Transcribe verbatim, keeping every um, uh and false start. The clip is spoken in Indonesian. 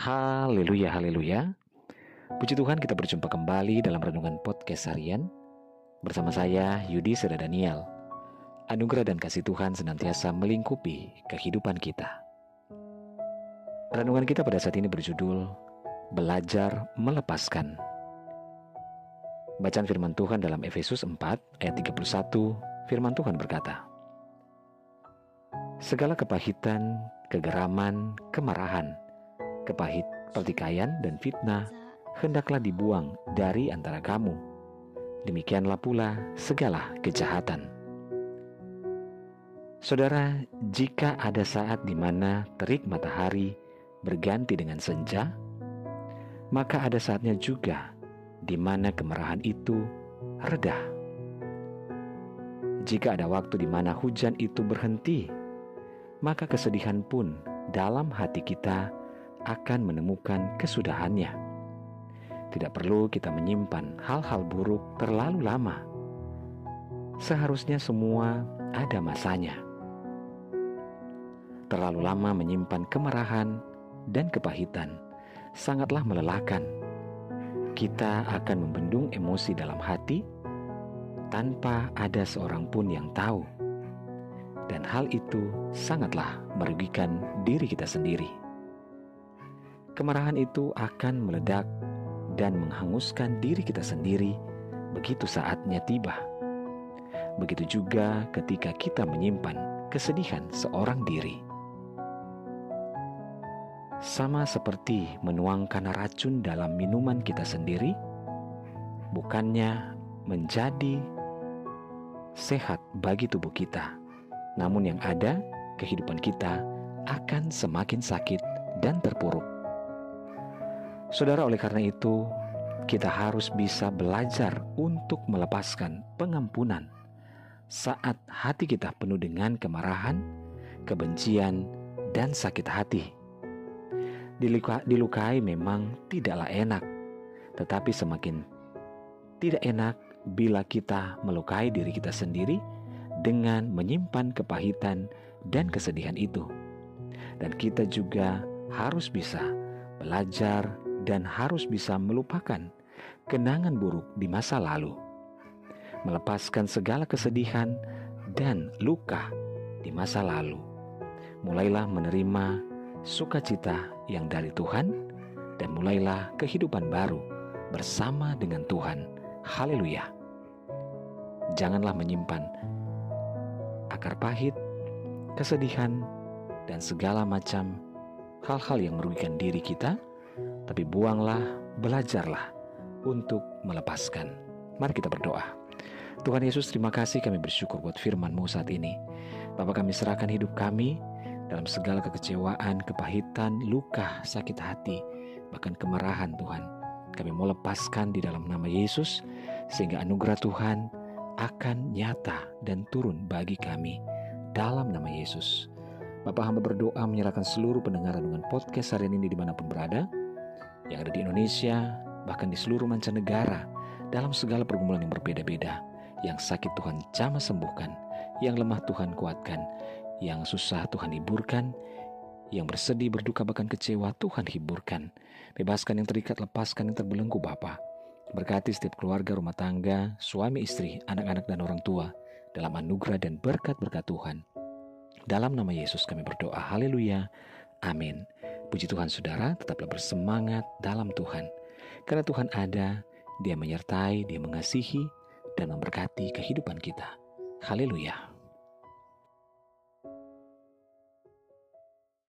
Haleluya, haleluya. Puji Tuhan, kita berjumpa kembali dalam Renungan Podcast Harian bersama saya, Yudi Seda Daniel. Anugerah dan kasih Tuhan senantiasa melingkupi kehidupan kita. Renungan kita pada saat ini berjudul Belajar Melepaskan. Bacaan firman Tuhan dalam Efesus empat ayat tiga puluh satu, firman Tuhan berkata, segala kepahitan, kegeraman, kemarahan, kepahit, pertikaian, dan fitnah hendaklah dibuang dari antara kamu. Demikianlah pula segala kejahatan. Saudara, jika ada saat di mana terik matahari berganti dengan senja, maka ada saatnya juga di mana kemarahan itu reda. Jika ada waktu di mana hujan itu berhenti, maka kesedihan pun dalam hati kita akan menemukan kesudahannya. Tidak perlu kita menyimpan hal-hal buruk terlalu lama. Seharusnya semua ada masanya. Terlalu lama menyimpan kemarahan dan kepahitan sangatlah melelahkan. Kita akan membendung emosi dalam hati tanpa ada seorang pun yang tahu. Dan hal itu sangatlah merugikan diri kita sendiri. Kemarahan itu akan meledak dan menghanguskan diri kita sendiri begitu saatnya tiba. Begitu juga ketika kita menyimpan kesedihan seorang diri. Sama seperti menuangkan racun dalam minuman kita sendiri, bukannya menjadi sehat bagi tubuh kita, namun yang ada, kehidupan kita akan semakin sakit dan terpuruk. Saudara, oleh karena itu, kita harus bisa belajar untuk melepaskan pengampunan saat hati kita penuh dengan kemarahan, kebencian, dan sakit hati. Diluka, dilukai memang tidaklah enak, tetapi semakin tidak enak bila kita melukai diri kita sendiri dengan menyimpan kepahitan dan kesedihan itu. Dan kita juga harus bisa belajar dan harus bisa melupakan kenangan buruk di masa lalu, melepaskan segala kesedihan dan luka di masa lalu. Mulailah menerima sukacita yang dari Tuhan dan mulailah kehidupan baru bersama dengan Tuhan. Haleluya. Janganlah menyimpan akar pahit, kesedihan, dan segala macam hal-hal yang merugikan diri kita, tapi buanglah, belajarlah untuk melepaskan. Mari kita berdoa. Tuhan Yesus, terima kasih, kami bersyukur buat firman-Mu saat ini. Bapa, kami serahkan hidup kami dalam segala kekecewaan, kepahitan, luka, sakit hati, bahkan kemarahan Tuhan. Kami mau lepaskan di dalam nama Yesus, sehingga anugerah Tuhan akan nyata dan turun bagi kami dalam nama Yesus. Bapak, hamba berdoa menyerahkan seluruh pendengar renungan podcast harian ini dimanapun berada, yang ada di Indonesia, bahkan di seluruh mancanegara, dalam segala pergumulan yang berbeda-beda. Yang sakit Tuhan jamah sembuhkan, yang lemah Tuhan kuatkan, yang susah Tuhan hiburkan, yang bersedih, berduka, bahkan kecewa Tuhan hiburkan. Bebaskan yang terikat, lepaskan yang terbelenggu Bapa. Berkati setiap keluarga, rumah tangga, suami istri, anak-anak dan orang tua dalam anugerah dan berkat-berkat Tuhan. Dalam nama Yesus kami berdoa, haleluya, amin. Puji Tuhan saudara, tetaplah bersemangat dalam Tuhan. Karena Tuhan ada, Dia menyertai, Dia mengasihi, dan memberkati kehidupan kita. Haleluya.